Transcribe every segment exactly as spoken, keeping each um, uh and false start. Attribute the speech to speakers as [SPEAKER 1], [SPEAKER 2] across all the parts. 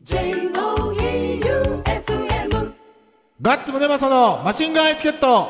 [SPEAKER 1] ジェイオーイーユーエフエム
[SPEAKER 2] ガッツムネマソのマシンガンエチケット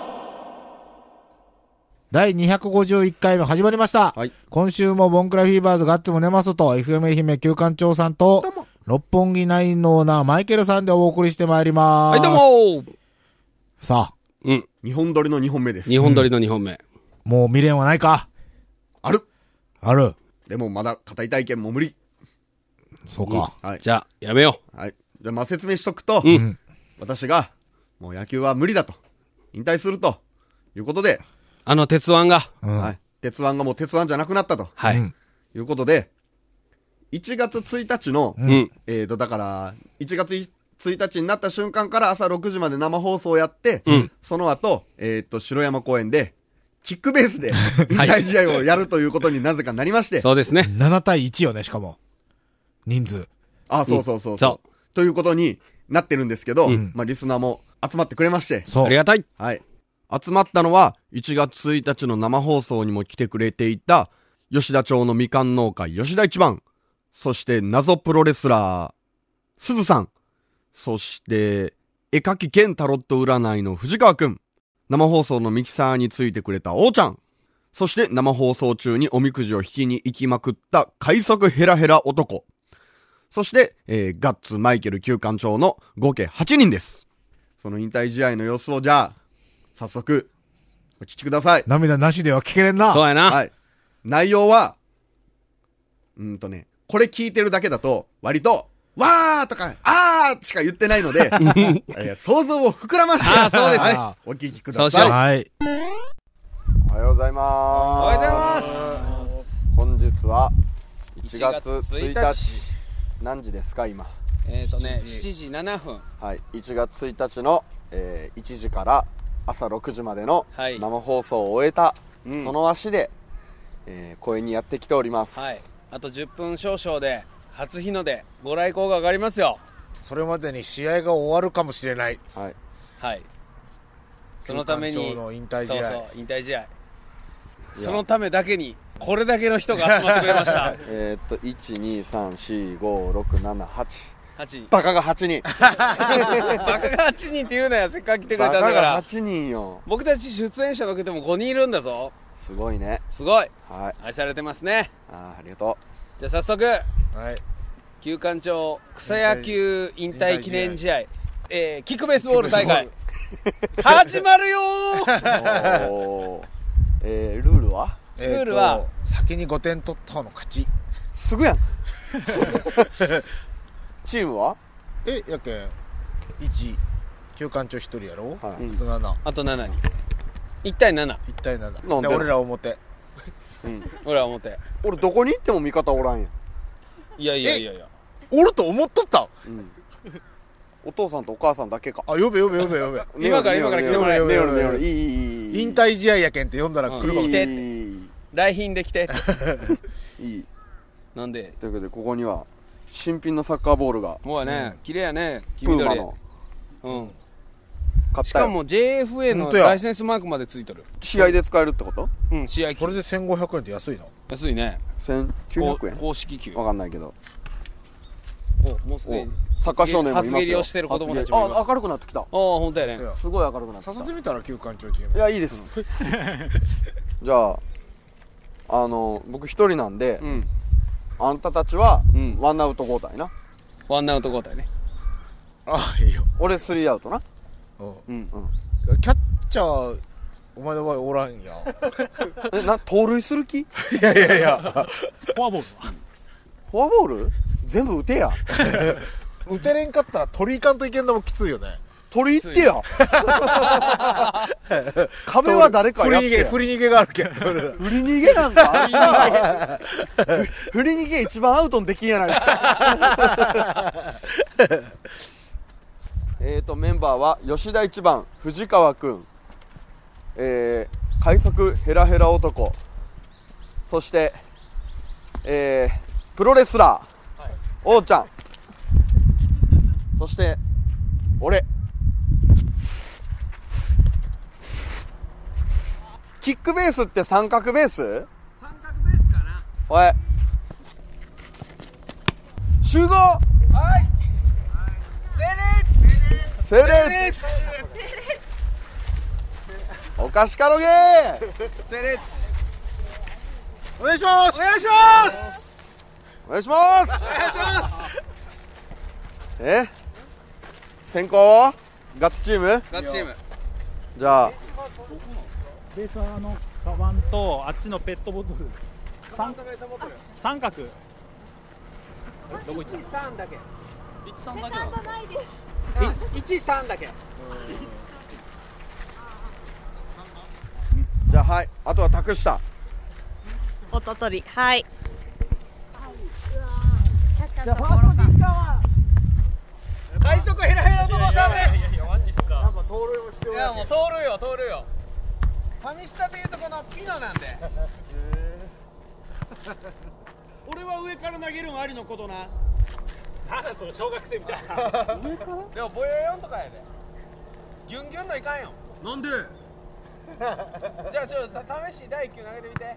[SPEAKER 2] だいにひゃくごじゅういっかいめ始まりました、
[SPEAKER 3] はい、
[SPEAKER 2] 今週もボンクラフィーバーズガッツムネマソと エフエム 愛媛旧館長さんと六本木ナインのオーナーマイケルさんでお送りしてまいります。
[SPEAKER 3] はいどうも
[SPEAKER 2] さあ、
[SPEAKER 3] うん、
[SPEAKER 4] にほん撮りのにほんめです。
[SPEAKER 3] にほん撮りのにほんめ、
[SPEAKER 2] うん、もう未練はないか。
[SPEAKER 4] ある
[SPEAKER 2] ある。
[SPEAKER 4] でもまだ肩痛いけんも無理。
[SPEAKER 2] そうか、
[SPEAKER 4] はい、
[SPEAKER 3] じゃあやめよ
[SPEAKER 4] う。はい、じゃあまあ説明しとくと、
[SPEAKER 3] うん、
[SPEAKER 4] 私がもう野球は無理だと引退するということで、
[SPEAKER 3] あの鉄腕が、
[SPEAKER 4] うん、はい、鉄腕がもう鉄腕じゃなくなったと、
[SPEAKER 3] はい、
[SPEAKER 4] うん、いうことでいちがつついたちの、
[SPEAKER 3] うん、
[SPEAKER 4] えーとだからいちがつついたちになった瞬間から朝ろくじまで生放送をやって、
[SPEAKER 3] うん、
[SPEAKER 4] その後、えーと城山公園でキックベースで引退試合をやるということになぜかなりまして、
[SPEAKER 3] そうですね、
[SPEAKER 2] ななたいいちよね。しかも人数、
[SPEAKER 4] あ、そうそうそうそう、
[SPEAKER 3] うん、そう
[SPEAKER 4] ということになってるんですけど、
[SPEAKER 3] うん、
[SPEAKER 4] まあリスナーも集まってくれまして、
[SPEAKER 2] そう
[SPEAKER 3] ありがたい。
[SPEAKER 4] はい、集まったのはいちがつついたちの生放送にも来てくれていた吉田町のみかん農家吉田一番、そして謎プロレスラーすずさん、そして絵描き兼タロット占いの藤川くん、生放送のミキサーについてくれたおーちゃん、そして生放送中におみくじを引きに行きまくった快速ヘラヘラ男、そして、えー、ガッツマイケル旧館長の合計はちにんです。その引退試合の様子をじゃあ早速お聞きください。
[SPEAKER 2] 涙なしでは聞けれんな。
[SPEAKER 3] そうやな、
[SPEAKER 4] はい、内容はうんとねこれ聞いてるだけだと割とわーとかあーしか言ってないので、えー、想像を膨らまして、
[SPEAKER 3] あーそうですね、
[SPEAKER 4] はい、お聞きください。
[SPEAKER 3] そうしよう。
[SPEAKER 2] はい、
[SPEAKER 4] おはようございます。
[SPEAKER 3] おはようございます。
[SPEAKER 4] 本日はいちがつついたち、何時ですか今。
[SPEAKER 3] えっ、ー、とねしちじななふん、
[SPEAKER 4] はい、いちがつついたちの、えー、いちじから朝ろくじまでの生放送を終えた、はい、その足で、えー、公園にやってきております。
[SPEAKER 3] はい、あとじゅっぷん少々で初日の出ご来光が上がりますよ。
[SPEAKER 2] それまでに試合が終わるかもしれない。
[SPEAKER 4] はい、
[SPEAKER 3] はい、そのために
[SPEAKER 2] 旧館長の引退試合、
[SPEAKER 3] そうそう引退試合、そのためだけにこれだけの人が集まってくれました
[SPEAKER 4] えっといち、に、さん、し、ご、ろく、なな、はち
[SPEAKER 3] はち
[SPEAKER 4] バカがはちにん
[SPEAKER 3] バカがはちにんって言うなよ。せっかく来てくれたんだから。
[SPEAKER 4] バカがはちにんよ。
[SPEAKER 3] 僕たち出演者のけてもごにんいるんだぞ。
[SPEAKER 4] すごいね。
[SPEAKER 3] すごい、
[SPEAKER 4] はい、
[SPEAKER 3] 愛されてますね。
[SPEAKER 4] あー、ありがとう。
[SPEAKER 3] じゃあ早速、
[SPEAKER 2] はい、
[SPEAKER 3] 旧館長草野球引退記念試合、えー、キックベースボール大会始まるよー
[SPEAKER 4] おー、えー、ルールは
[SPEAKER 3] ルールは
[SPEAKER 2] 先にごてん取った方の勝ち。
[SPEAKER 4] すぐやんチームは
[SPEAKER 2] えやけんいち旧館長ひとりやろ、
[SPEAKER 4] はい、
[SPEAKER 2] あとなな、
[SPEAKER 3] あとななにいち対なな、
[SPEAKER 2] いち対なな
[SPEAKER 4] なんで
[SPEAKER 2] で俺ら表、
[SPEAKER 3] うん、俺は表。
[SPEAKER 4] 俺どこに行っても味方おらんやん。
[SPEAKER 3] いやいやいやいや、
[SPEAKER 2] おると思っとった、
[SPEAKER 4] うん、お父さんとお母さんだけか。
[SPEAKER 2] あ、呼べ呼べ呼べ呼べ
[SPEAKER 3] 今から今から来てもらえ。
[SPEAKER 2] 呼べ呼べ呼べ、
[SPEAKER 4] いいいいいい、
[SPEAKER 2] 引退試合やけんって呼んだら来るかもしれない。
[SPEAKER 3] 来て来賓で来て
[SPEAKER 4] いい
[SPEAKER 3] なんで
[SPEAKER 4] ということでここには新品のサッカーボールが
[SPEAKER 3] もうやね、綺麗やね、
[SPEAKER 4] プーマの、
[SPEAKER 3] うん、
[SPEAKER 4] 買ったよ。
[SPEAKER 3] しかも ジェイエフエー のライセンスマークまでついてる。
[SPEAKER 4] 試合で使えるってこと？
[SPEAKER 3] うん、試合球。
[SPEAKER 2] それでせんごひゃくえんって安いの？
[SPEAKER 3] 安いね。
[SPEAKER 4] せんきゅうひゃくえん
[SPEAKER 3] 公式球
[SPEAKER 4] わかんないけど。
[SPEAKER 3] お、もうすでに
[SPEAKER 4] サッカー少年もいますよ。
[SPEAKER 3] 初蹴りをしてる子供たちもいます。
[SPEAKER 4] あ、明るくなってきた。あ、
[SPEAKER 3] 本当やね。
[SPEAKER 4] すごい明るくなってきた。
[SPEAKER 2] させてみたら旧館長チーム。
[SPEAKER 4] いや、いいです、うん、じゃああの僕一人なんで、うん、あんたたちは、うん、ワンアウト交代な。
[SPEAKER 3] ワンアウト交代ね。
[SPEAKER 2] あ、いいよ。
[SPEAKER 4] 俺スリーアウトな。
[SPEAKER 2] うんうん、キャッチャーお前の場合おらんや
[SPEAKER 4] え、な、盗塁する気？い
[SPEAKER 2] やいやいや
[SPEAKER 3] フォアボール
[SPEAKER 4] フォアボール全部打てや
[SPEAKER 2] 打てれんかったら取りいかんといけんのもきついよね。
[SPEAKER 4] 取り入ってや壁は誰かやってや。
[SPEAKER 2] 振り逃げ振り逃げがあるけん
[SPEAKER 4] 振り逃げなんか振り逃げ一番アウトにできんやないですかえーとメンバーは吉田一番、藤川くん、えー、快速ヘラヘラ男、そして、えー、プロレスラー、はい、おーちゃん、そして俺。キックベースって三角ベース？
[SPEAKER 3] 三角ベースかな。
[SPEAKER 4] おい集合。
[SPEAKER 3] はい
[SPEAKER 4] 整列おかしかろげー
[SPEAKER 3] 整列
[SPEAKER 2] お願いします
[SPEAKER 3] お願いします
[SPEAKER 4] お願いします
[SPEAKER 3] お願いします
[SPEAKER 4] え先行はガッツチーム
[SPEAKER 3] ガッツチーム
[SPEAKER 4] じゃあ
[SPEAKER 5] ベーサーのカバンとあっちのペットボトル三三角どこ行った
[SPEAKER 3] いちさんだけ
[SPEAKER 5] いちさんだけだ
[SPEAKER 3] いちさんだけ
[SPEAKER 4] じゃあはいあとは託した
[SPEAKER 6] おととりはい
[SPEAKER 3] じゃあファーストキッカーは快速ヘラヘラ殿さんです
[SPEAKER 5] いやマジっすか
[SPEAKER 2] やっぱ盗塁も必要
[SPEAKER 3] いやもう通るよ通るよファミスタでいうとこのピノなんで
[SPEAKER 7] 俺は上から投げるんありのことな。
[SPEAKER 5] なんだその小学生みたいな
[SPEAKER 3] でもボヨヨンとかやでギュンギュンのいかんよ
[SPEAKER 7] なんで
[SPEAKER 3] じゃあちょっと試しだいいっきゅう投げてみて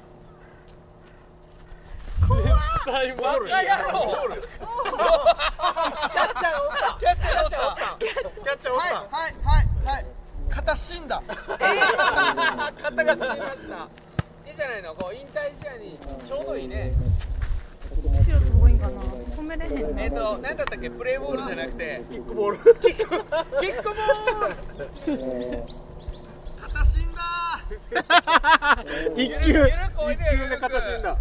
[SPEAKER 5] 絶対ボール
[SPEAKER 3] バカ野郎キャッチャーおったキャッチャーおった
[SPEAKER 2] キャッチャーおった
[SPEAKER 7] はいはいはいはい肩死んだ
[SPEAKER 3] 肩が死にましたいいじゃないのこう引退試合にちょうどいいね
[SPEAKER 6] 白すごいんかな止めれへん
[SPEAKER 3] えっ、ー、と何だったっけプレーボールじゃなくて
[SPEAKER 2] キックボール
[SPEAKER 3] キックボール
[SPEAKER 7] 肩死んだ
[SPEAKER 2] 一球
[SPEAKER 3] ゆるゆるくおいで
[SPEAKER 2] 一球で肩死んだ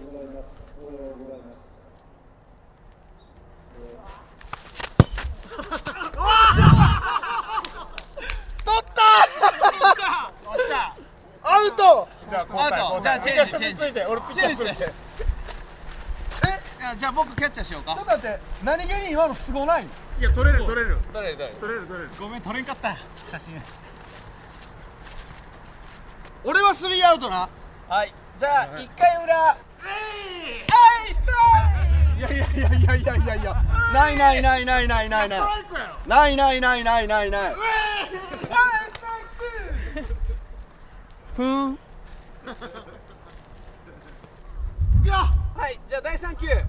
[SPEAKER 7] アウト
[SPEAKER 2] じゃあ交代
[SPEAKER 3] アウト
[SPEAKER 2] 交代
[SPEAKER 3] じゃあチェンジチェンジ
[SPEAKER 2] ついて俺ピッチャーするって
[SPEAKER 3] いやじゃあ僕キャッチャーしようか
[SPEAKER 7] ちょっと待って何気に今のすごない
[SPEAKER 2] いや取れる取れる
[SPEAKER 3] どれどれ
[SPEAKER 2] 取れる取れる
[SPEAKER 5] ごめん撮れんかった写真
[SPEAKER 7] 俺はスリーアウトな
[SPEAKER 3] はいじゃあいっかい裏はいストライ
[SPEAKER 7] いやいやいやいやいやいやいやないないないないないないないないないないないないない
[SPEAKER 3] クはいストライクツ
[SPEAKER 7] ふーん
[SPEAKER 3] ーはいじゃあだいさん球はい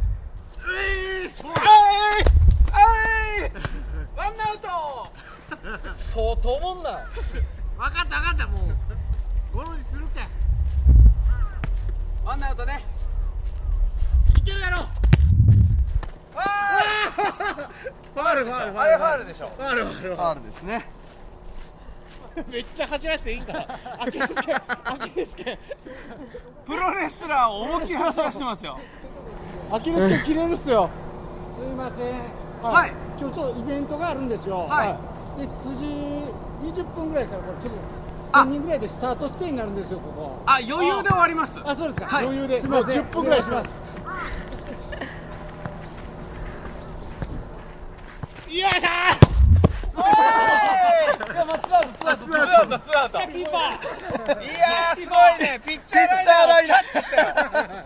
[SPEAKER 3] はいワンアウト相当もんな
[SPEAKER 2] 分かった分かったもうゴロにするけん
[SPEAKER 3] ワンアウトね
[SPEAKER 2] いけるやろ
[SPEAKER 3] ファールでしょあれファールでしょ
[SPEAKER 2] ファールファール
[SPEAKER 7] ファールですね
[SPEAKER 2] めっちゃ走らせていいんかアキレス腱アキレス腱
[SPEAKER 3] プロレスラーを思いっきり走らせてますよ
[SPEAKER 2] アキレス腱切れるっすよ
[SPEAKER 8] すいません、
[SPEAKER 3] はい
[SPEAKER 8] 今日ちょっとイベントがあるんですよ、
[SPEAKER 3] はい
[SPEAKER 8] でくじにじゅっぷんぐらいからこれちょっと
[SPEAKER 3] あ
[SPEAKER 8] せんにんぐらいでスタート出演になるんですよここ
[SPEAKER 3] あ余裕で終わります
[SPEAKER 8] あそうですか、
[SPEAKER 3] はい
[SPEAKER 8] 余裕ですいません
[SPEAKER 2] じゅっぷんぐらいしますよいしょ
[SPEAKER 3] ツーアウトツーアウトツーアウトツーアウトいやーすごいねピッチャーライナーをキャッチしたよ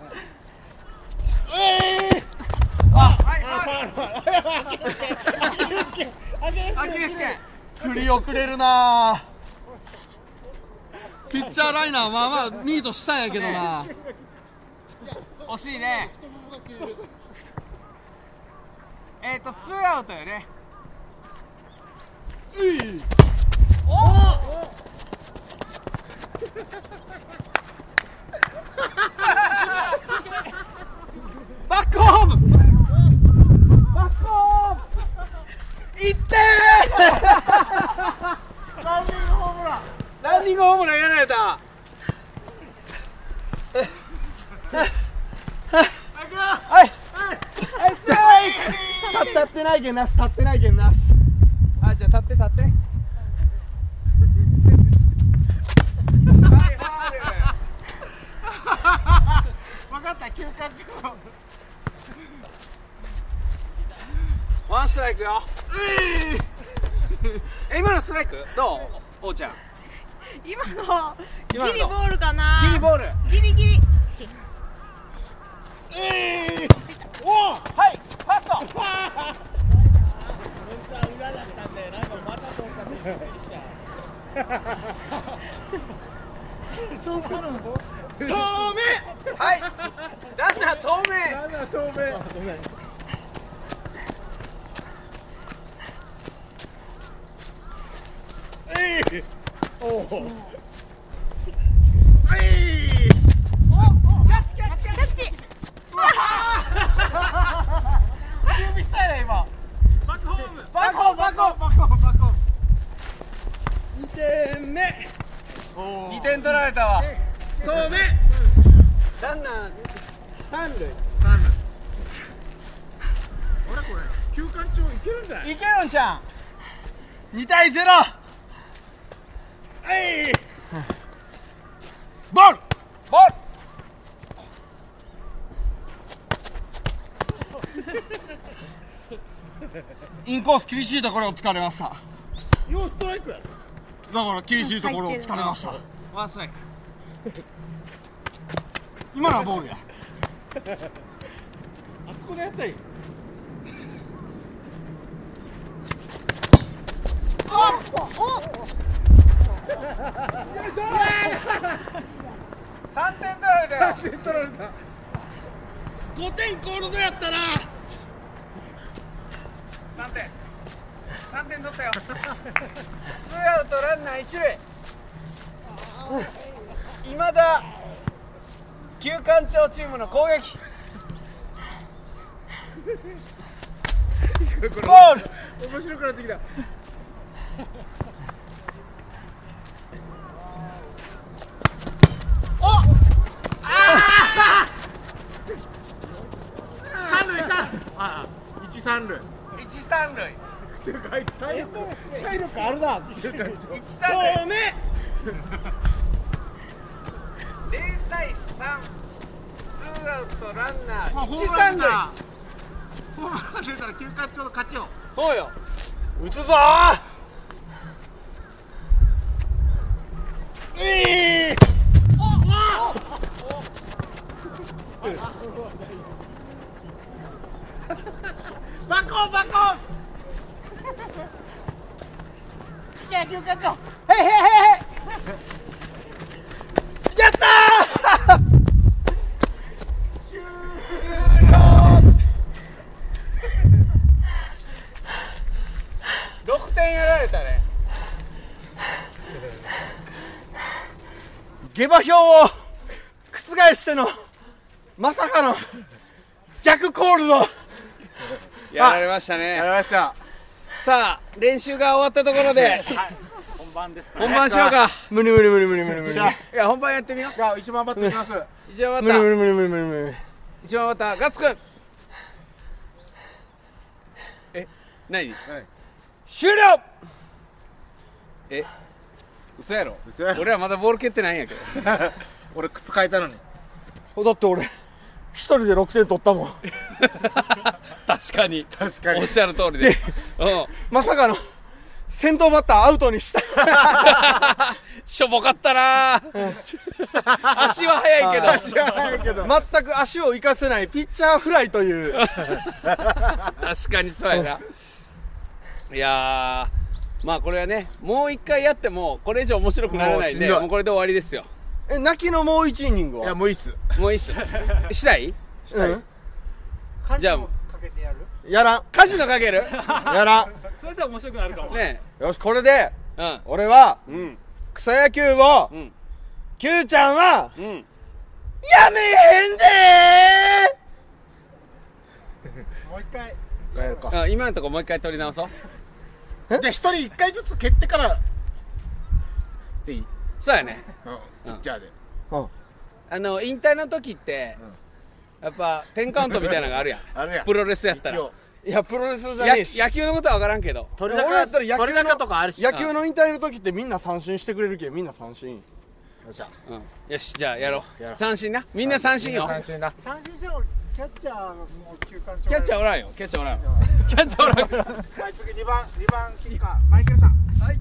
[SPEAKER 3] あはいはいアキレス腱
[SPEAKER 7] 振り遅れるなピッチャーライナーまあまあミートしたんやけどな
[SPEAKER 3] 惜しいねえっとツーアウトよねバックホームバックホームいってーランニングホームランランニングホームランやられたはいはいストライク
[SPEAKER 7] 立ってないけんなし立ってないけんなし
[SPEAKER 3] あじゃあ立って立ってはいファール
[SPEAKER 2] 分かった休館長
[SPEAKER 3] ワンストライクよえ今のストライクどうおうちゃん
[SPEAKER 6] 今の
[SPEAKER 3] 今の
[SPEAKER 6] ギリボールかな
[SPEAKER 3] ギリボール
[SPEAKER 6] ギリギリ
[SPEAKER 3] おおはいパスト
[SPEAKER 6] そうするの
[SPEAKER 3] 透明はいランナー透明
[SPEAKER 2] なんだ透明
[SPEAKER 7] おお。はい。
[SPEAKER 3] キャッチキャッチキャッチ。
[SPEAKER 6] キャッチ。
[SPEAKER 7] 準備したいね今。
[SPEAKER 5] バックホーム。
[SPEAKER 7] バックホームバックホームバックホームバックホーム。二点目。おお。
[SPEAKER 3] にてん取られたわ。
[SPEAKER 7] 投目。
[SPEAKER 3] ランナー三塁。
[SPEAKER 7] 三塁。あれこれ休館長いけるんじゃない？
[SPEAKER 3] いけるんちゃん。
[SPEAKER 7] 二対ゼロ。はい。ボール。
[SPEAKER 3] ボール。
[SPEAKER 7] インコース厳しいところを突かれました。
[SPEAKER 8] ようストライクや。
[SPEAKER 7] だから厳しいところを突かれました。
[SPEAKER 3] ワンストライク。
[SPEAKER 7] 今のはボールや。
[SPEAKER 8] あそこでやったらいい。
[SPEAKER 3] 三点取られたよ。
[SPEAKER 8] 取られた。ごてんコールドやったな。
[SPEAKER 3] 三点。三点取ったよ。ツーアウトランナー一塁。いまだ旧館長チームの攻撃。ボール。
[SPEAKER 8] 面白くなってきた。三塁三。あ、一三塁。
[SPEAKER 3] 一三塁。
[SPEAKER 8] っていうかあいつ体力体力あるな。
[SPEAKER 3] 一三塁。
[SPEAKER 7] 目。
[SPEAKER 3] 零対三。ツーアウトランナ
[SPEAKER 8] まあ
[SPEAKER 3] ー一三塁。
[SPEAKER 8] ホームラン出たら休館長の勝ちよ。
[SPEAKER 3] そうよ。
[SPEAKER 7] 打つぞー。いい。
[SPEAKER 8] バックオンバックオン。いや休館長。
[SPEAKER 3] へいへいへいへい。
[SPEAKER 7] やったー。
[SPEAKER 3] 六点やられたね。
[SPEAKER 7] 下馬評を覆してのまさかの逆コールド。
[SPEAKER 3] やられましたね。
[SPEAKER 7] やりました。
[SPEAKER 3] さあ練習が終わったところで
[SPEAKER 5] 本番ですかね。
[SPEAKER 3] 本番しようか。
[SPEAKER 7] 無理無理無理無理無理無理。
[SPEAKER 3] いや本番やってみよう。
[SPEAKER 8] じゃあ一番バッターいきます。
[SPEAKER 3] 一番バッター
[SPEAKER 7] 無理無理無理無理無理無理。
[SPEAKER 3] 一番バッターガッツくん。え何終了。え嘘やろ。
[SPEAKER 8] 嘘やろ
[SPEAKER 3] 俺はまだボール蹴ってないんやけど。
[SPEAKER 8] 俺靴変えたのに。
[SPEAKER 7] だって俺一人でろくてん取ったもん。
[SPEAKER 3] 確かに
[SPEAKER 8] 確かに
[SPEAKER 3] おっしゃる通りで。うん
[SPEAKER 7] まさかの先頭バッターアウトにした。
[SPEAKER 3] しょぼかったな。足は速いけど。
[SPEAKER 8] 知らないけど。
[SPEAKER 7] 全く足を生かせないピッチャーフライという。
[SPEAKER 3] 確かにそうやな。いやーまあこれはねもう一回やってもこれ以上面白くならないんで
[SPEAKER 8] もうしんどい
[SPEAKER 3] もうこれで終わりですよ。
[SPEAKER 7] え泣きのもう一イニングは。
[SPEAKER 8] いやもういいっす。
[SPEAKER 3] もういいっす。したい？
[SPEAKER 7] うん
[SPEAKER 3] じゃあ
[SPEAKER 8] かけてやる。
[SPEAKER 7] やらん
[SPEAKER 3] カジノかける？
[SPEAKER 7] やらん。
[SPEAKER 5] それでは面白くなるかも。
[SPEAKER 3] ね
[SPEAKER 7] よしこれで
[SPEAKER 3] え。
[SPEAKER 7] 俺は
[SPEAKER 3] うんうん
[SPEAKER 7] 草野球を
[SPEAKER 3] うん
[SPEAKER 7] Q ちゃんは
[SPEAKER 3] うん。
[SPEAKER 7] やめへんで
[SPEAKER 8] もう一回やるか。
[SPEAKER 3] あ今のとこもう一回取り直そう。
[SPEAKER 8] じゃあ一人一回ずつ蹴ってからでいい。
[SPEAKER 3] そうやね。
[SPEAKER 8] うん。ピッチャーで。
[SPEAKER 7] ー。うん
[SPEAKER 3] あの引退の時ってやっぱテンカウントみたいなのがあるやん。
[SPEAKER 8] あるやん。
[SPEAKER 3] プロレスやったら。
[SPEAKER 8] 一応
[SPEAKER 7] いやプロレスじゃ
[SPEAKER 3] や
[SPEAKER 7] ねえし。
[SPEAKER 3] 野球のことは分からんけど。
[SPEAKER 8] 取り
[SPEAKER 7] 俺やったら野球の
[SPEAKER 8] 取り中とかあるし。
[SPEAKER 7] 野球の引退の時ってみんな三振してくれるけんみんな三振。
[SPEAKER 8] よっしゃ。
[SPEAKER 3] うん。よしじゃあやろ
[SPEAKER 8] やろう
[SPEAKER 3] う。三振な。みんな三振よ。
[SPEAKER 8] 三振だ。
[SPEAKER 9] 三振してもキャッチャーがもう休館長。
[SPEAKER 3] キャッチャーおらんよ。キャッチャーおらんよ。キャッチャーおらんよ。
[SPEAKER 8] はい次二番二番キッカーマイケルさん。
[SPEAKER 3] はい。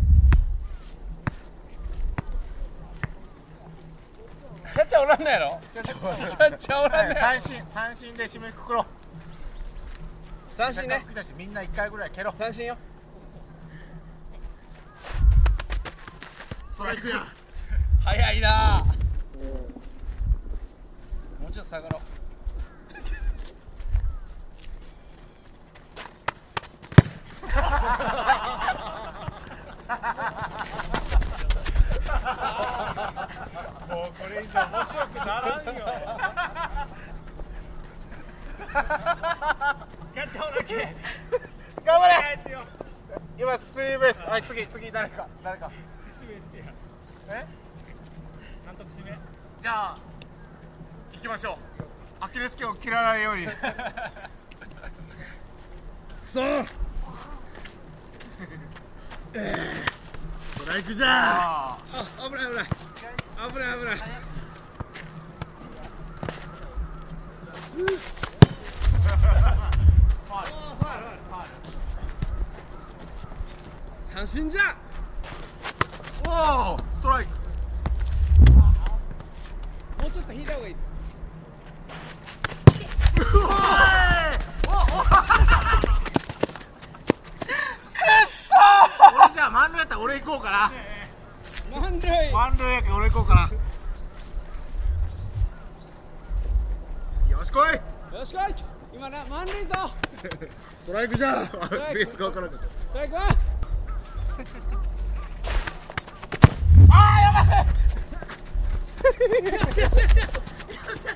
[SPEAKER 3] キャッチャーおらんのやろ。キャッチャーおらんのやろ。
[SPEAKER 8] 三振三振で締めくくろう。
[SPEAKER 3] 三振ね。
[SPEAKER 8] せっかく来たしみんな一回ぐらい蹴ろう。
[SPEAKER 3] 三振よ。
[SPEAKER 8] ストライクや。
[SPEAKER 3] 早いな。もうちょっと下がろう。
[SPEAKER 8] 頑張れ今スリーベース。はい、次次誰か誰かえ
[SPEAKER 5] 監督指名。
[SPEAKER 8] じゃあ行きましょう。アキレス腱を切らないようにくそーストライクじゃー。
[SPEAKER 3] あ、危ない危ない危ない危ない。三振じゃ。
[SPEAKER 8] おおストライク。
[SPEAKER 3] もうちょっと引いた方がいいです。
[SPEAKER 8] うわーおおくっそー。俺じゃあ満塁やったら俺行こうかな。
[SPEAKER 3] 満塁
[SPEAKER 8] 満塁やけん俺行こうかな。よし来い。
[SPEAKER 3] よし来い。今な満塁ぞ。
[SPEAKER 8] ストライクじゃん。
[SPEAKER 3] ライク
[SPEAKER 8] ベースが分からなかった。
[SPEAKER 3] ストライクは
[SPEAKER 8] あーやばい。
[SPEAKER 3] よしよしよしよしよしよし。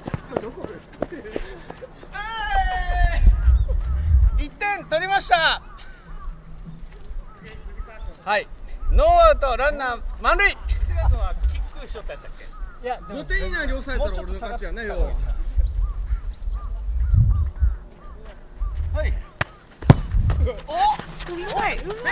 [SPEAKER 3] いってん取りました。はい、ノーアウトランナー満塁。
[SPEAKER 5] いちがつはキックしよったやったっけ。
[SPEAKER 3] いや
[SPEAKER 8] ごてん以内に抑えたら俺の勝ちやね。よ
[SPEAKER 3] はい。
[SPEAKER 6] うまいうまい。
[SPEAKER 3] フ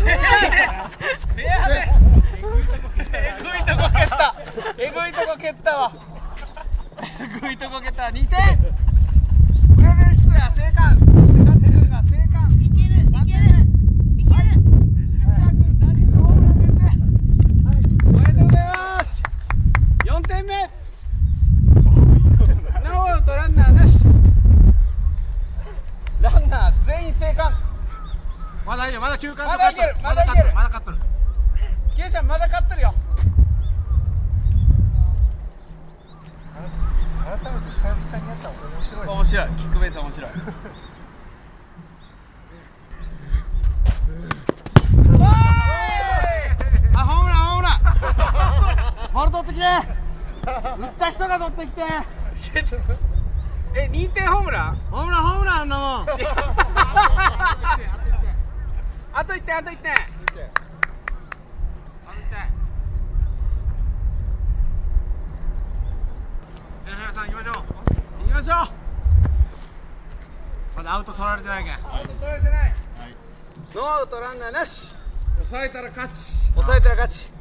[SPEAKER 3] ェアです。えぐいとこ蹴った。えぐいとこ蹴ったわ。えぐいとこ蹴った。にてん。プロレスラー生還。そしてガッツ君が生還。
[SPEAKER 6] いけるいけるいける。
[SPEAKER 3] 藤川君ランニングホームランです。おめでとうございます。よんてんめ。ノーアウトランナーなし。ランナー全員生還。
[SPEAKER 8] まだいいよ。まだきゅうかん
[SPEAKER 3] まだいけるまだいける
[SPEAKER 8] まだ勝っとる。
[SPEAKER 3] キュウちゃんまだ勝ってるよ。
[SPEAKER 9] 改めて久々にやったら面白い。
[SPEAKER 3] 面白い。キックベース面白い。あ、ホームランホームラン。
[SPEAKER 8] ボール取ってきて。打った人が取ってきて。
[SPEAKER 3] え、にてんホームラン？
[SPEAKER 8] ホームランホームランあんなもん。
[SPEAKER 3] あといってんあといってん。
[SPEAKER 8] 皆さん行きましょう。
[SPEAKER 3] 行きましょう。
[SPEAKER 8] まだアウト取られてないけん。
[SPEAKER 3] アウト取られてない。ノーアウトランナーなし。
[SPEAKER 8] 抑えたら勝ち。
[SPEAKER 3] 抑えたら勝ち。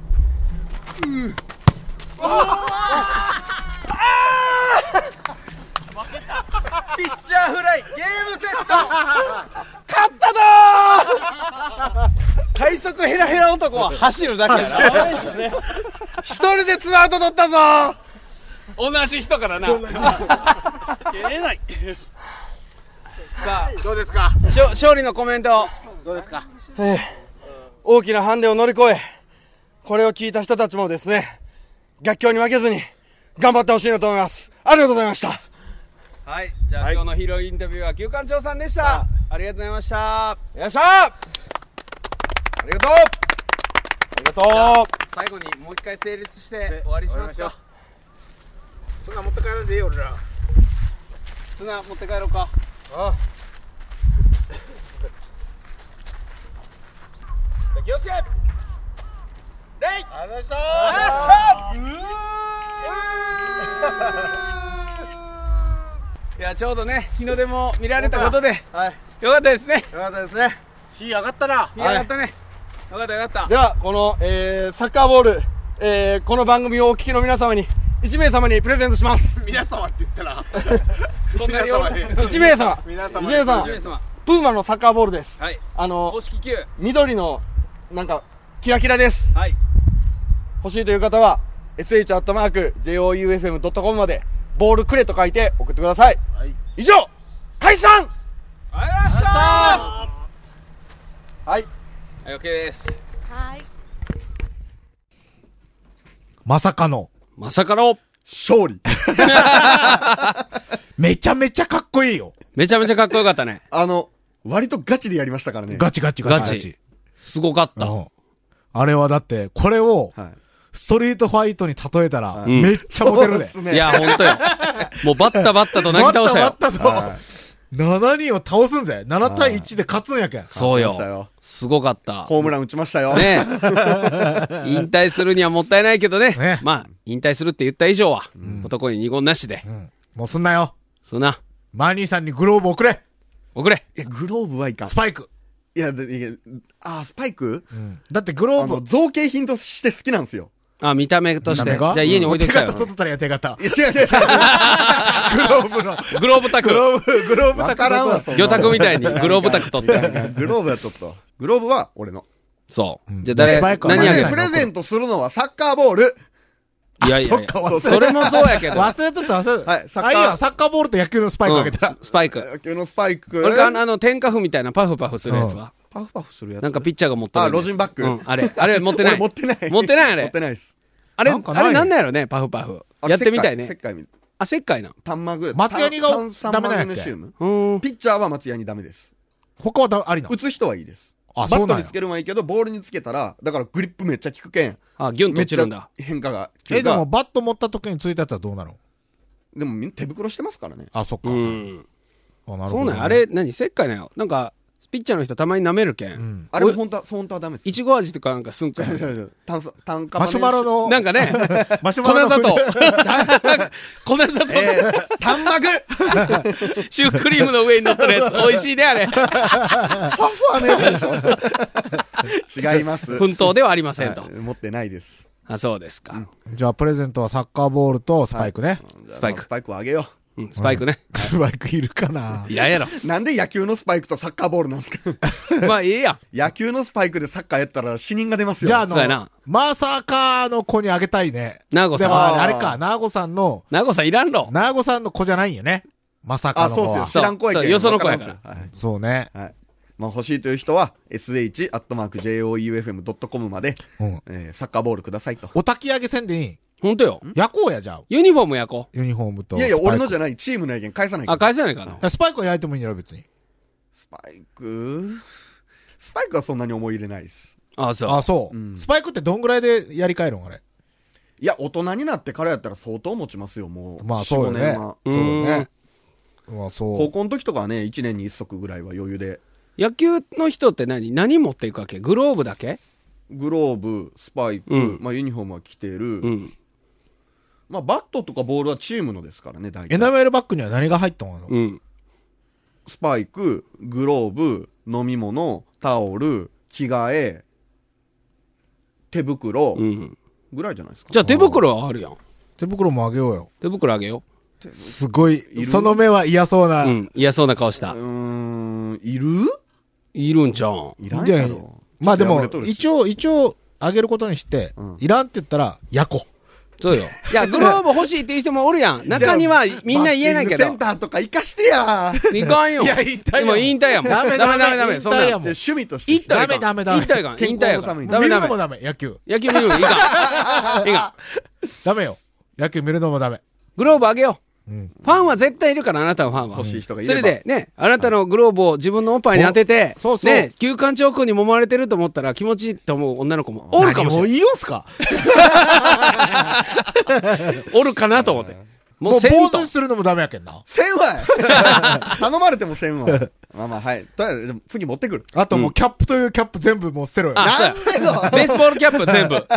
[SPEAKER 3] ピッチャーフライ、ゲームセット。勝ったぞー。快速ヘラヘラ男は走るだけやな。一人でツーアウト取ったぞー。同じ人からな。
[SPEAKER 5] 蹴れない。
[SPEAKER 3] さあ、
[SPEAKER 8] どうですか。
[SPEAKER 3] しょ勝利のコメントをどうですか。
[SPEAKER 4] えー大きなハンデを乗り越え、これを聞いた人たちもですね、逆境に負けずに頑張ってほしいなと思います。ありがとうございました。
[SPEAKER 3] はい、じゃあ、はい、今日のヒーローインタビューは旧館長さんでした。ありがとうございました。
[SPEAKER 4] よっしゃー。ありがとう。ありがとう。
[SPEAKER 3] 最後にもう一回整列して終わりしますか。
[SPEAKER 8] 砂持って帰るんでいいよ俺ら。
[SPEAKER 3] 砂持って帰ろうか。
[SPEAKER 8] ああ。
[SPEAKER 3] 気をつけ。レイ。
[SPEAKER 8] ありがとうございました。
[SPEAKER 3] よっしゃ。いや、ちょうどね、日の出も見られたことで、
[SPEAKER 8] はい、
[SPEAKER 3] よかったですね。
[SPEAKER 4] よかったですね。
[SPEAKER 8] 日上がったな。
[SPEAKER 3] 日上がったね。よかったよかった。
[SPEAKER 4] では、この、えー、サッカーボール、えー、この番組をお聞きの皆様に、いちめいさまにプレゼントします。
[SPEAKER 8] 皆様って言ったら、
[SPEAKER 3] そんなに
[SPEAKER 4] いちめいさま。
[SPEAKER 8] 皆様。
[SPEAKER 4] いちめいさま。プーマのサッカーボールです。
[SPEAKER 3] はい。
[SPEAKER 4] あの、
[SPEAKER 3] 公式球。
[SPEAKER 4] 緑の、なんか、キラキラです。
[SPEAKER 3] はい。
[SPEAKER 4] 欲しいという方は、エスエイチ アットマーク ジェイオーユーエフエム ドットコム まで、ボールくれと書いて送ってください。
[SPEAKER 8] はい。
[SPEAKER 4] 以上、解散。
[SPEAKER 3] ありがとうございました。
[SPEAKER 4] はい。
[SPEAKER 3] はい、OK です。
[SPEAKER 6] はい。
[SPEAKER 2] まさかの、
[SPEAKER 3] まさかの、
[SPEAKER 4] 勝利。
[SPEAKER 2] めちゃめちゃかっこいいよ。
[SPEAKER 3] めちゃめちゃかっこよかったね。
[SPEAKER 4] あの、割とガチでやりましたからね。
[SPEAKER 2] ガチガチガチガチ。
[SPEAKER 3] すごかった。
[SPEAKER 2] うん、あれはだって、これを、
[SPEAKER 4] はい、
[SPEAKER 2] ストリートファイトに例えたら、
[SPEAKER 3] うん、
[SPEAKER 2] めっちゃモテるね。
[SPEAKER 3] いや、ほんとよ。もうバッタバッタと泣き倒したよ。
[SPEAKER 2] バッタバッタと。 ななにんを倒すんぜ。ななたいいちで勝つんやけん。
[SPEAKER 3] そう
[SPEAKER 4] 勝ちましたよ
[SPEAKER 3] よ。すごかった。
[SPEAKER 4] ホームラン打ちましたよ。
[SPEAKER 3] ねえ。引退するにはもったいないけどね。
[SPEAKER 2] ね
[SPEAKER 3] まあ、引退するって言った以上は、男に二言なしで。
[SPEAKER 2] うん。もうすんなよ。
[SPEAKER 3] そんな、
[SPEAKER 2] マーニーさんにグローブ送れ。
[SPEAKER 3] 送れ。
[SPEAKER 4] いや、グローブはいかん。
[SPEAKER 2] スパイク。
[SPEAKER 4] いや、でいやあー、スパイク
[SPEAKER 2] うん。だってグロー
[SPEAKER 4] あの、
[SPEAKER 2] ブ。
[SPEAKER 4] 造形品として好きなんですよ。
[SPEAKER 3] あ、見た目として。じゃ
[SPEAKER 2] 見た目が
[SPEAKER 3] あ家に置いときたい
[SPEAKER 2] 手
[SPEAKER 3] よ。
[SPEAKER 2] 形取ったらや、手形。
[SPEAKER 4] いや、違う違う違う。
[SPEAKER 2] グローブの。
[SPEAKER 3] グローブタク。
[SPEAKER 2] グローブ、グローブ
[SPEAKER 4] わ
[SPEAKER 2] タ
[SPEAKER 4] からんわ、
[SPEAKER 2] ク。
[SPEAKER 4] そんな
[SPEAKER 3] 魚拓みたいにグローブタク取って。
[SPEAKER 4] グローブはちょっと。グローブは俺の。
[SPEAKER 3] そう。
[SPEAKER 2] うん
[SPEAKER 3] じゃあ誰、
[SPEAKER 2] スパイクは
[SPEAKER 3] 何あげる
[SPEAKER 2] 何
[SPEAKER 4] プレゼントするのはサッカーボール。
[SPEAKER 3] いやいやいや
[SPEAKER 2] そっか、忘れ
[SPEAKER 3] それもそうやけど。
[SPEAKER 2] 忘れとった、忘れとった。
[SPEAKER 4] はいサッカー
[SPEAKER 2] あ、いいよ、サッカーボールと野球のスパイクあげた
[SPEAKER 3] うん。スパイク。
[SPEAKER 4] 野球のスパイク。
[SPEAKER 3] これか、あの、あの天下布みたいなパフパフするやつは。
[SPEAKER 4] パフパフするやつ。
[SPEAKER 3] なんかピッチャーが持ってるやつ。
[SPEAKER 4] あロジンバッグ
[SPEAKER 3] うん、あれ、あれ持ってない。
[SPEAKER 4] 俺持ってない。
[SPEAKER 3] 持ってないあれ
[SPEAKER 4] 持ってないです。
[SPEAKER 3] あれ、
[SPEAKER 2] なんかない
[SPEAKER 3] あれなんなんやろね、パフパフ。
[SPEAKER 4] あれ
[SPEAKER 3] やってみたいね
[SPEAKER 4] 石。灰石灰
[SPEAKER 3] あ、石灰なん。
[SPEAKER 4] タンマグ。
[SPEAKER 2] 松ヤニが
[SPEAKER 4] 炭酸
[SPEAKER 2] ダメなんやっけ
[SPEAKER 4] マグネシウム
[SPEAKER 3] うーん。
[SPEAKER 4] ピッチャーは松ヤニダメです。
[SPEAKER 2] 他はだありなの
[SPEAKER 4] 打つ人はいいです。
[SPEAKER 2] あ、
[SPEAKER 4] バ
[SPEAKER 2] そうなんや
[SPEAKER 4] ットにつ。けるのはいいけど、ボールにつけたら、だからグリップめっちゃ効くけん。
[SPEAKER 3] あ、ギュンと
[SPEAKER 4] めっちゃ
[SPEAKER 3] 落ちるんだ。
[SPEAKER 4] 変化が効
[SPEAKER 2] え、でも
[SPEAKER 4] くが。
[SPEAKER 2] バット持った時についたやつはどうなの？
[SPEAKER 4] でもみんな手袋してますからね。
[SPEAKER 2] あ、そっか。
[SPEAKER 3] う
[SPEAKER 2] あ、
[SPEAKER 3] ん。
[SPEAKER 2] なるほどね。
[SPEAKER 3] そうなんや。あれ、何石灰なんや。なんか、ピッチャーの人たまに舐めるけ。
[SPEAKER 2] うんん。
[SPEAKER 4] あれも本当は、本当はダメです。
[SPEAKER 3] いちご味とかなんかすんか。
[SPEAKER 4] 炭酸、炭化
[SPEAKER 2] マシュマロの、
[SPEAKER 3] なんかね、
[SPEAKER 2] マシュ
[SPEAKER 3] 粉
[SPEAKER 2] マロの
[SPEAKER 3] 砂糖。粉砂糖。
[SPEAKER 4] えー、タンマグ
[SPEAKER 3] シュークリームの上に乗ってるやつ。美味しいね、あれ。
[SPEAKER 4] 違います。
[SPEAKER 3] 奮闘ではありませんと
[SPEAKER 4] はい。持ってないです。
[SPEAKER 3] あ、そうですか。
[SPEAKER 2] じゃあ、プレゼントはサッカーボールとスパイクね。
[SPEAKER 3] スパイク
[SPEAKER 4] じゃあまあスパイクをあげよ
[SPEAKER 3] うん、スパイクね。
[SPEAKER 2] スパイクいるかない
[SPEAKER 3] ややろ。
[SPEAKER 4] う。なんで野球のスパイクとサッカーボールなんですか
[SPEAKER 3] まあ、いいやん。
[SPEAKER 4] 野球のスパイクでサッカーやったら死人が出ますよ。
[SPEAKER 2] じゃあ、あ
[SPEAKER 3] そうやな
[SPEAKER 2] の、まさかの子にあげたいね。
[SPEAKER 3] なごさん。
[SPEAKER 2] でもあれ
[SPEAKER 4] あー
[SPEAKER 2] あれか、なーごさんの、
[SPEAKER 3] なごさんいらんろ。
[SPEAKER 2] なーごさんの子じゃないんよね。まさか
[SPEAKER 4] あ、
[SPEAKER 2] の子は。
[SPEAKER 4] そうっすよ。知らん子やけん
[SPEAKER 3] そうよその子やから
[SPEAKER 4] わんすよはい
[SPEAKER 2] そうね。
[SPEAKER 4] はい。まあ欲しいという人は、エスエイチアットマークジェイオーユーエフエムドットコム まで、
[SPEAKER 2] うん。
[SPEAKER 4] えーサッカーボールくださいと。
[SPEAKER 2] お焚き上げせんでいい？
[SPEAKER 3] ほんとよ。
[SPEAKER 2] 焼こうや、じゃあ。
[SPEAKER 3] ユニフォーム焼こ
[SPEAKER 2] ユニフォームと。
[SPEAKER 4] いやいや、
[SPEAKER 2] スパイク
[SPEAKER 4] 俺のじゃない、チームのやけん返さない
[SPEAKER 3] う。
[SPEAKER 4] から
[SPEAKER 3] あ、返せないかな。
[SPEAKER 2] スパイクは焼いてもいいんやろ、別に。
[SPEAKER 4] スパイクスパイクはそんなに思い入れないです。
[SPEAKER 3] あ、そう。
[SPEAKER 2] あ、そう。
[SPEAKER 4] うん
[SPEAKER 2] スパイクってどんぐらいでやり替えるんあれ。
[SPEAKER 4] いや、大人になってからやったら相当持ちますよ、もう。
[SPEAKER 2] まあ、そうよね。
[SPEAKER 4] よん、
[SPEAKER 2] そう
[SPEAKER 3] うーん
[SPEAKER 2] よね。まあ、そう。
[SPEAKER 4] 高校の時とかはね、いちねんにいっ足ぐらいは余裕で。
[SPEAKER 3] 野球の人って何何持っていくわけ？グローブだけ？
[SPEAKER 4] グローブ、スパイク、
[SPEAKER 3] うん
[SPEAKER 4] まあユニフォームは着てる。
[SPEAKER 3] うん。
[SPEAKER 4] まあバットとかボールはチームのですからね、大体。
[SPEAKER 2] エナメルバッグには何が入ったの？
[SPEAKER 3] うん。
[SPEAKER 4] スパイク、グローブ、飲み物、タオル、着替え、手袋
[SPEAKER 3] うん。
[SPEAKER 4] ぐらいじゃないですか。
[SPEAKER 3] じゃあ手袋はあるやん。
[SPEAKER 2] 手袋もあげようよ。
[SPEAKER 3] 手袋あげよ
[SPEAKER 2] すごい、
[SPEAKER 4] る
[SPEAKER 2] その目は嫌そうな。
[SPEAKER 3] う。うん。嫌そうな顔した
[SPEAKER 4] う。ーん、いる
[SPEAKER 3] いるんじゃん。
[SPEAKER 4] いらんや
[SPEAKER 2] いや
[SPEAKER 4] ろ。
[SPEAKER 2] まあでも
[SPEAKER 4] ちょっと破れと、るし
[SPEAKER 2] 一応、一応、あげることにして、
[SPEAKER 4] うん
[SPEAKER 2] いらんって言ったら、焼こ
[SPEAKER 3] そうよ。いや、グローブ欲しいっていう人もおるやん。中にはみんな言えないけど
[SPEAKER 4] バッティングセン。ターとか行かしてや。
[SPEAKER 3] いかんよ。
[SPEAKER 2] いや引退やもん
[SPEAKER 3] でも引退やもん。
[SPEAKER 2] ダメ
[SPEAKER 3] ダメダ
[SPEAKER 2] ダメ
[SPEAKER 3] メダメ。そんなの
[SPEAKER 2] 引退やもん
[SPEAKER 4] で趣味として。
[SPEAKER 3] 引退やかん。
[SPEAKER 2] ダメダメダメ
[SPEAKER 3] 引退やかん。引退やかん。
[SPEAKER 4] 健康のために
[SPEAKER 2] う。見る
[SPEAKER 3] ダメダメ。
[SPEAKER 2] のもダメ、野球。
[SPEAKER 3] 野球見るのいいか。いいか。
[SPEAKER 2] ダメよ。野球見るのもダメ。
[SPEAKER 3] グローブあげよう。
[SPEAKER 2] うん。
[SPEAKER 3] ファンは絶対いるから、あなたのファンは。
[SPEAKER 4] 欲しい人がいれば。
[SPEAKER 3] それでね、あなたのグローブを自分のおっぱいに当てて、
[SPEAKER 2] おそうそう
[SPEAKER 3] ね、旧館長君に揉まれてると思ったら気持ちいいと思う女の子もおるかもしれない。
[SPEAKER 2] 何を言いよんすか
[SPEAKER 3] おるかなと思って。も
[SPEAKER 2] もう
[SPEAKER 3] うせんと
[SPEAKER 2] 坊主に。するのもダメやけんな。
[SPEAKER 4] せんわい頼まれてもせんわ。まあまあ、はい。とりあえず、でも次持ってくる。
[SPEAKER 2] あともうキャップというキャップ全部もう捨てろよ。
[SPEAKER 3] あ、そうや。ベースボールキャップ全部。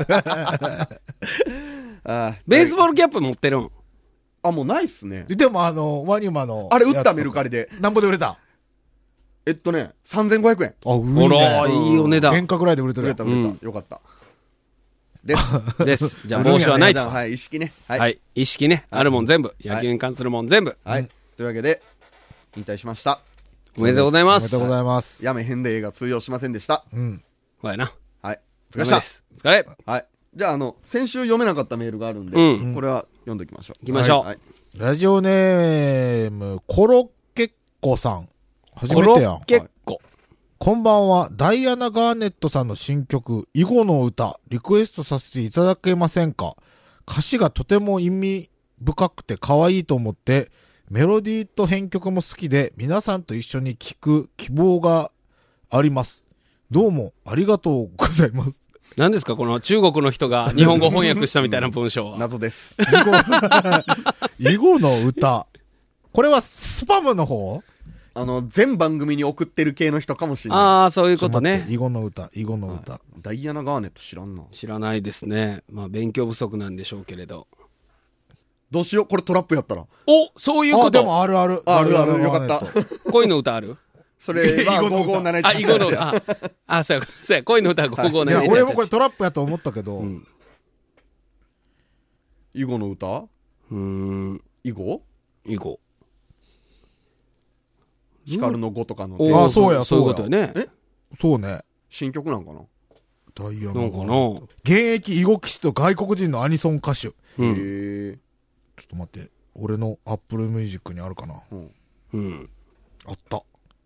[SPEAKER 4] あ
[SPEAKER 3] ベースボールキャップ持ってるん。
[SPEAKER 4] あ、もうないっすね。
[SPEAKER 2] でもあの、ワニマの。
[SPEAKER 4] あれ売ったメルカリで。
[SPEAKER 2] なんぼで売れた？
[SPEAKER 4] えっとね、さんぜんごひゃくえん。
[SPEAKER 2] あ、う
[SPEAKER 3] ほら、いいお値段。
[SPEAKER 2] 原価ぐらいで売れてるやん
[SPEAKER 4] 売れた売れた。
[SPEAKER 3] うん
[SPEAKER 4] よかった。です。
[SPEAKER 3] です。じゃあ申しはないと。
[SPEAKER 4] はい、意識ね。は。
[SPEAKER 3] はいい。意識ね。あるもん全部。野球に関するもん全部。
[SPEAKER 4] はい。というわけで、引退しました。
[SPEAKER 3] おめでとうございます。
[SPEAKER 2] おめでとうございます。
[SPEAKER 4] やめへんで映画通用しませんでした。
[SPEAKER 2] うん。
[SPEAKER 3] ほやな。
[SPEAKER 4] はい。お
[SPEAKER 3] お疲れ
[SPEAKER 4] 疲れ様で。
[SPEAKER 3] ですす。お疲れ。
[SPEAKER 4] はい。じゃあ、あの、先週読めなかったメールがあるんで、
[SPEAKER 3] うん
[SPEAKER 4] これは読んどきましょう。
[SPEAKER 3] 行きましょう
[SPEAKER 4] はい。
[SPEAKER 2] ラジオネーム、コロッケッコさん。初
[SPEAKER 3] コロ
[SPEAKER 2] めてやん
[SPEAKER 3] ッ。ケッコ。
[SPEAKER 2] こんばんは。ダイアナ・ガーネットさんの新曲、囲碁の歌、リクエストさせていただけませんか？歌詞がとても意味深くて可愛いと思って、メロディーと編曲も好きで、皆さんと一緒に聴く希望があります。どうもありがとうございます。
[SPEAKER 3] 何ですかこの中国の人が日本語翻訳したみたいな文章は。
[SPEAKER 4] 謎です。
[SPEAKER 2] 囲碁の歌。これはスパムの方？
[SPEAKER 4] あの、全番組に送ってる系の人かもしれない。
[SPEAKER 5] ああ、そういうことね。
[SPEAKER 2] 囲碁の歌、囲碁の歌。
[SPEAKER 4] ダイアナ・ガーネット知らんな。
[SPEAKER 5] 知らないですね。まあ、勉強不足なんでしょうけれど。
[SPEAKER 4] どうしよう、これトラップやったら。
[SPEAKER 5] お、そういうこ
[SPEAKER 2] あ、で
[SPEAKER 5] と。
[SPEAKER 2] もあるある。
[SPEAKER 4] あるある
[SPEAKER 2] ダイアナ
[SPEAKER 4] よかった
[SPEAKER 2] ガーネット
[SPEAKER 5] 恋の歌ある？
[SPEAKER 4] それは
[SPEAKER 2] 囲碁の歌
[SPEAKER 4] ごごなないち
[SPEAKER 5] あ、囲碁の歌。あ、あ、そうや、そうや、恋の歌はごご
[SPEAKER 2] いや、
[SPEAKER 5] なな
[SPEAKER 2] 俺もこれトラップやと思ったけど、
[SPEAKER 5] うん。
[SPEAKER 4] 囲碁の歌
[SPEAKER 5] うーん、
[SPEAKER 4] 囲碁
[SPEAKER 5] 囲碁。
[SPEAKER 4] 光の碁とかの。
[SPEAKER 5] おー
[SPEAKER 2] あそうや
[SPEAKER 5] そういう
[SPEAKER 2] そうや
[SPEAKER 5] ことよね。
[SPEAKER 4] え
[SPEAKER 2] そうね。
[SPEAKER 4] 新曲なんかな。
[SPEAKER 2] ダイアナ
[SPEAKER 5] なんかな。
[SPEAKER 2] 現役囲碁棋士と外国人のアニソン歌手。ちょ
[SPEAKER 5] うん。
[SPEAKER 4] へえ。
[SPEAKER 2] っと待って。俺のアップルミュージックにあるかな。
[SPEAKER 5] うん。
[SPEAKER 2] あった。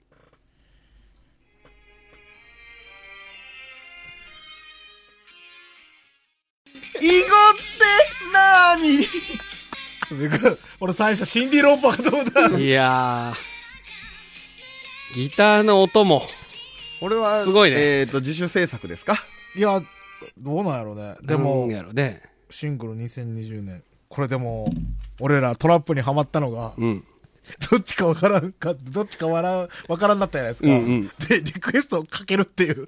[SPEAKER 4] 囲碁ってなーに
[SPEAKER 2] 俺最初シンディ・ローパーかと思った。
[SPEAKER 5] いやー、ギターの音も。
[SPEAKER 4] これは、
[SPEAKER 5] すごいね
[SPEAKER 4] えっと、自主制作ですか？
[SPEAKER 2] いや、どうなんやろうね。で
[SPEAKER 5] な
[SPEAKER 2] も
[SPEAKER 5] ん、やろね。
[SPEAKER 2] シングルにせんにじゅうねん。これでも、俺らトラップにはまったのが、
[SPEAKER 5] うん。
[SPEAKER 2] どっちかわからんか、どっちかわらん、わからんなったじゃないですか。
[SPEAKER 5] うんうん
[SPEAKER 2] で、リクエストをかけるっていう。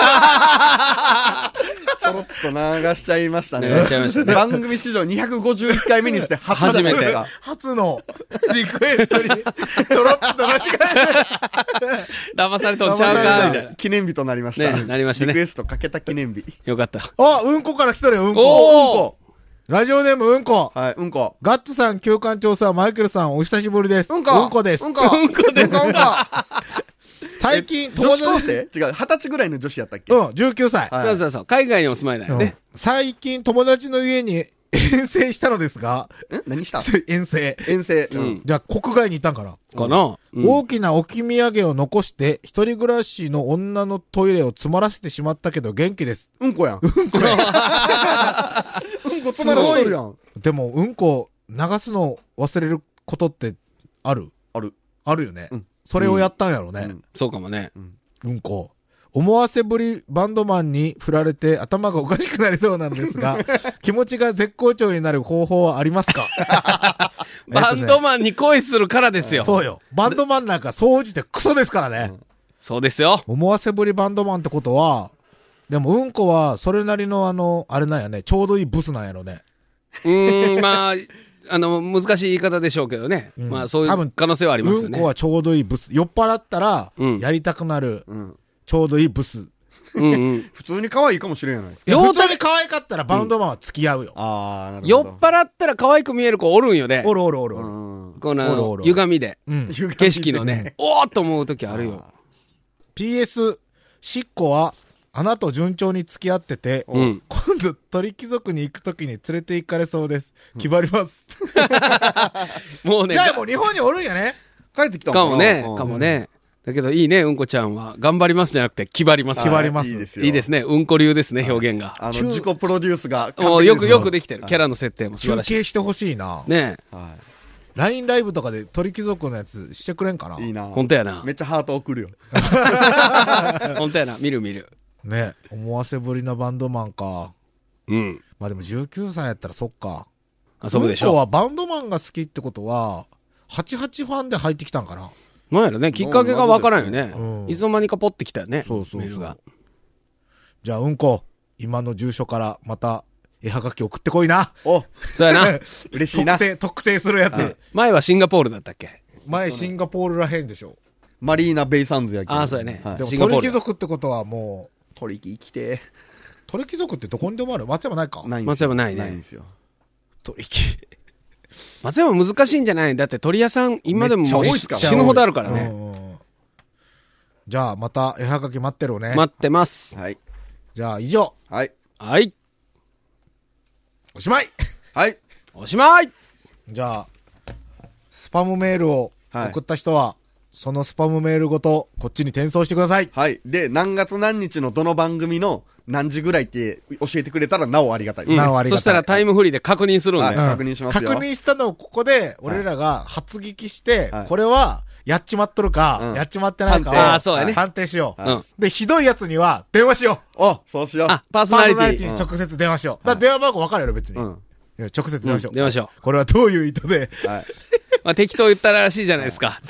[SPEAKER 4] ちょろっと流しちゃいましたね。
[SPEAKER 5] 流しちゃいましたね
[SPEAKER 4] 番組史上にひゃくごじゅういっかいめにして初
[SPEAKER 5] 初めて
[SPEAKER 4] が
[SPEAKER 2] 初のリクエストに、トラップと間違え
[SPEAKER 5] 騙されとんちゃうかみたいな。
[SPEAKER 4] 記念日となりました。
[SPEAKER 5] ねなりましたね
[SPEAKER 4] リクエストかけた記念日。
[SPEAKER 5] よかった。
[SPEAKER 2] あ、うんこから来とるよ、うん
[SPEAKER 5] お
[SPEAKER 2] こ。
[SPEAKER 5] ー
[SPEAKER 2] ラジオネームうんこ。
[SPEAKER 4] はい、うんこ。
[SPEAKER 2] ガッツさん、旧館長さん、マイケルさん、お久しぶりです。
[SPEAKER 4] うんこ。
[SPEAKER 2] うんこです。
[SPEAKER 4] うんこ。
[SPEAKER 5] うんこです
[SPEAKER 4] うんこ。うんこ
[SPEAKER 2] 最近、
[SPEAKER 4] 女子高
[SPEAKER 2] 達
[SPEAKER 4] 生違う、はたちぐらいの女子やったっけ？
[SPEAKER 2] うん、じゅうきゅうさい。
[SPEAKER 4] はい
[SPEAKER 5] そうそうそう。海外にお住まいだよ
[SPEAKER 2] うん
[SPEAKER 5] ね。
[SPEAKER 2] 最近、友達の家に遠征したのですが、
[SPEAKER 4] ん何した
[SPEAKER 2] 遠征。
[SPEAKER 4] 遠征。
[SPEAKER 5] う。ん。
[SPEAKER 2] じゃあ、国外に行ったんかな。
[SPEAKER 5] かな。うん
[SPEAKER 2] 大きな置き土産を残して、一人暮らしの女のトイレを詰まらせてしまったけど元気です。
[SPEAKER 4] うんこやん。うんこやん。うんこ詰まらしとるやん。
[SPEAKER 2] でも、うんこ流すの忘れることってある
[SPEAKER 4] ある。
[SPEAKER 2] あるよね。
[SPEAKER 4] うん
[SPEAKER 2] それをやったんやろうね。
[SPEAKER 4] うん
[SPEAKER 5] そうかもね。
[SPEAKER 2] うんこ。思わせぶりバンドマンに振られて頭がおかしくなりそうなのですが、気持ちが絶好調になる方法はありますか？
[SPEAKER 5] バンドマンに恋するからですよ。
[SPEAKER 2] そうよ。バンドマンなんか総じてクソですからね。
[SPEAKER 5] そうですよ。
[SPEAKER 2] 思わせぶりバンドマンってことは、でもうんこはそれなりのあの、あれなんやね、ちょうどいいブスなんやろね。
[SPEAKER 5] うーん、まあ、あの、難しい言い方でしょうけどね。
[SPEAKER 2] うん
[SPEAKER 5] まあ、そうい
[SPEAKER 2] 多分
[SPEAKER 5] う可能性はありますよね。
[SPEAKER 2] うんこはちょうどいいブス。酔っ払ったら
[SPEAKER 5] うん、
[SPEAKER 2] やりたくなる、
[SPEAKER 4] うん。
[SPEAKER 2] ちょうどいいブス。
[SPEAKER 5] うんうん。
[SPEAKER 4] 普通に可愛いかもしれんやないですか。
[SPEAKER 2] いや
[SPEAKER 5] 酔うた
[SPEAKER 2] 普通に可愛かったらバンドマンは付き合うよ。
[SPEAKER 4] あー、なる
[SPEAKER 5] 酔っ
[SPEAKER 4] ほど。
[SPEAKER 5] 払ったら可愛く見える子おるんよね。
[SPEAKER 2] おるおるおるおる。
[SPEAKER 4] うん。
[SPEAKER 5] こ
[SPEAKER 2] おるお
[SPEAKER 5] の、
[SPEAKER 2] る
[SPEAKER 5] 歪みで。
[SPEAKER 2] うん。
[SPEAKER 5] 景色のね、おーっと思うときあるよ。
[SPEAKER 2] ピーエス、しっこは、あなたと順調に付き合ってて、
[SPEAKER 5] うん。
[SPEAKER 2] 今度鳥貴族に行くときに連れて行かれそうです。決まります。
[SPEAKER 5] もうね
[SPEAKER 2] じ、ゃあもう日本におるんやね。
[SPEAKER 4] 帰ってきたのかな
[SPEAKER 5] かもね
[SPEAKER 4] う、ん
[SPEAKER 5] かもね。だけどいいね、うんこちゃんは。頑張りますじゃなくて、決まります。
[SPEAKER 2] 決まります
[SPEAKER 4] いいですよ。
[SPEAKER 5] いいですね。うんこ流ですね、表現が。
[SPEAKER 4] あの、自己プロデュースが。
[SPEAKER 5] もうよくよくできてる。
[SPEAKER 4] はい
[SPEAKER 5] キャラの設定も素晴
[SPEAKER 2] 中
[SPEAKER 5] らしい。
[SPEAKER 2] 継してほしいな。
[SPEAKER 5] ね
[SPEAKER 4] は
[SPEAKER 2] ライン ライブとかで鳥貴族のやつしてくれんかな。
[SPEAKER 4] い。いいな。
[SPEAKER 5] 本当やな
[SPEAKER 4] め。っちゃハート送るよ。
[SPEAKER 5] 本当やな。見る見る。
[SPEAKER 2] ね。思わせぶりなバンドマンか。
[SPEAKER 5] うん。
[SPEAKER 2] まあでもじゅうきゅうさいやったらそっか。
[SPEAKER 5] 遊ぶでしょ。
[SPEAKER 2] うんこはバンドマンが好きってことは、はちじゅうはちファンで入ってきたんかな。
[SPEAKER 5] なんやろね。きっかけがわからんよね
[SPEAKER 2] うん。
[SPEAKER 5] いつの間にかポッてきたよね。
[SPEAKER 2] そうそうそう
[SPEAKER 5] メールが。
[SPEAKER 2] じゃあうんこ、今の住所からまた絵はがき送ってこいな。
[SPEAKER 4] お、
[SPEAKER 5] そうやな。
[SPEAKER 4] 嬉しいな
[SPEAKER 2] 特。定、特定するやつ。
[SPEAKER 5] 前はシンガポールだったっけ？
[SPEAKER 2] 前シンガポールらへんでしょ。
[SPEAKER 4] マリーナ・ベイサンズやけど。
[SPEAKER 5] あーそうやね
[SPEAKER 4] はい
[SPEAKER 2] でも
[SPEAKER 5] シンガポール
[SPEAKER 2] 鳥貴族ってことはもう、
[SPEAKER 4] 鳥貴生きて
[SPEAKER 2] 鳥貴族ってどこにでもある松山ないか
[SPEAKER 4] ないんですよ。
[SPEAKER 5] 松山ないね
[SPEAKER 4] ないんですよ。
[SPEAKER 2] 鳥貴。
[SPEAKER 5] 松山難しいんじゃない？だって鳥屋さん、今でももう
[SPEAKER 4] めっちゃ多いっすから
[SPEAKER 5] 死ぬほどあるからね。
[SPEAKER 2] うんうんうんじゃあまた絵はがき待ってるね。
[SPEAKER 5] 待ってます。
[SPEAKER 4] はい。
[SPEAKER 2] じゃあ以上、
[SPEAKER 4] はい。
[SPEAKER 5] はい。
[SPEAKER 2] おしまい
[SPEAKER 4] はい。
[SPEAKER 5] おしまい。
[SPEAKER 2] じゃあ、スパムメールを送った人は、そのスパムメールごとこっちに転送してください。
[SPEAKER 4] はい。で、何月何日のどの番組の何時ぐらいって教えてくれたらなおありがたい。
[SPEAKER 5] うん
[SPEAKER 2] なおありがたい
[SPEAKER 5] そしたらタイムフリーで確認するんだよ。
[SPEAKER 4] はい確認しますよ
[SPEAKER 2] 確認したのをここで、俺らが発撃して、
[SPEAKER 4] はい
[SPEAKER 2] これは、やっちまっとるか、
[SPEAKER 4] うん
[SPEAKER 2] やっちまってないかを、
[SPEAKER 4] 判定
[SPEAKER 5] あーそうやね
[SPEAKER 2] 判定しよう、
[SPEAKER 5] うん。
[SPEAKER 2] で、ひどいやつには、電話しよう。
[SPEAKER 4] お、そうしよう。
[SPEAKER 5] あ、パーソ
[SPEAKER 2] パー
[SPEAKER 5] ナリティ。
[SPEAKER 2] ソナリティに直接電話しよう。だから電話番号分かるやろ、別に。
[SPEAKER 4] うん。
[SPEAKER 2] いや直接電話しよう。
[SPEAKER 5] うん電話しよ
[SPEAKER 2] これはどういう意図で、
[SPEAKER 4] はい。
[SPEAKER 5] まあ適当言ったらしいじゃないですか。
[SPEAKER 2] そ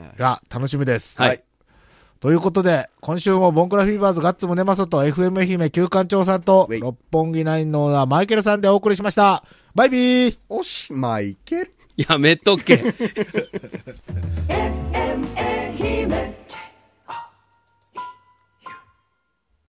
[SPEAKER 2] が楽しみです。
[SPEAKER 4] はい。
[SPEAKER 2] ということで、今週もボンクラフィーバーズガッツムネマソと エフエム 愛媛旧館長さんと六本木ナインのオーナーマイケルさんでお送りしました。バイビー。
[SPEAKER 4] おしまいける。
[SPEAKER 10] やめとけ。
[SPEAKER 1] エフエム 愛媛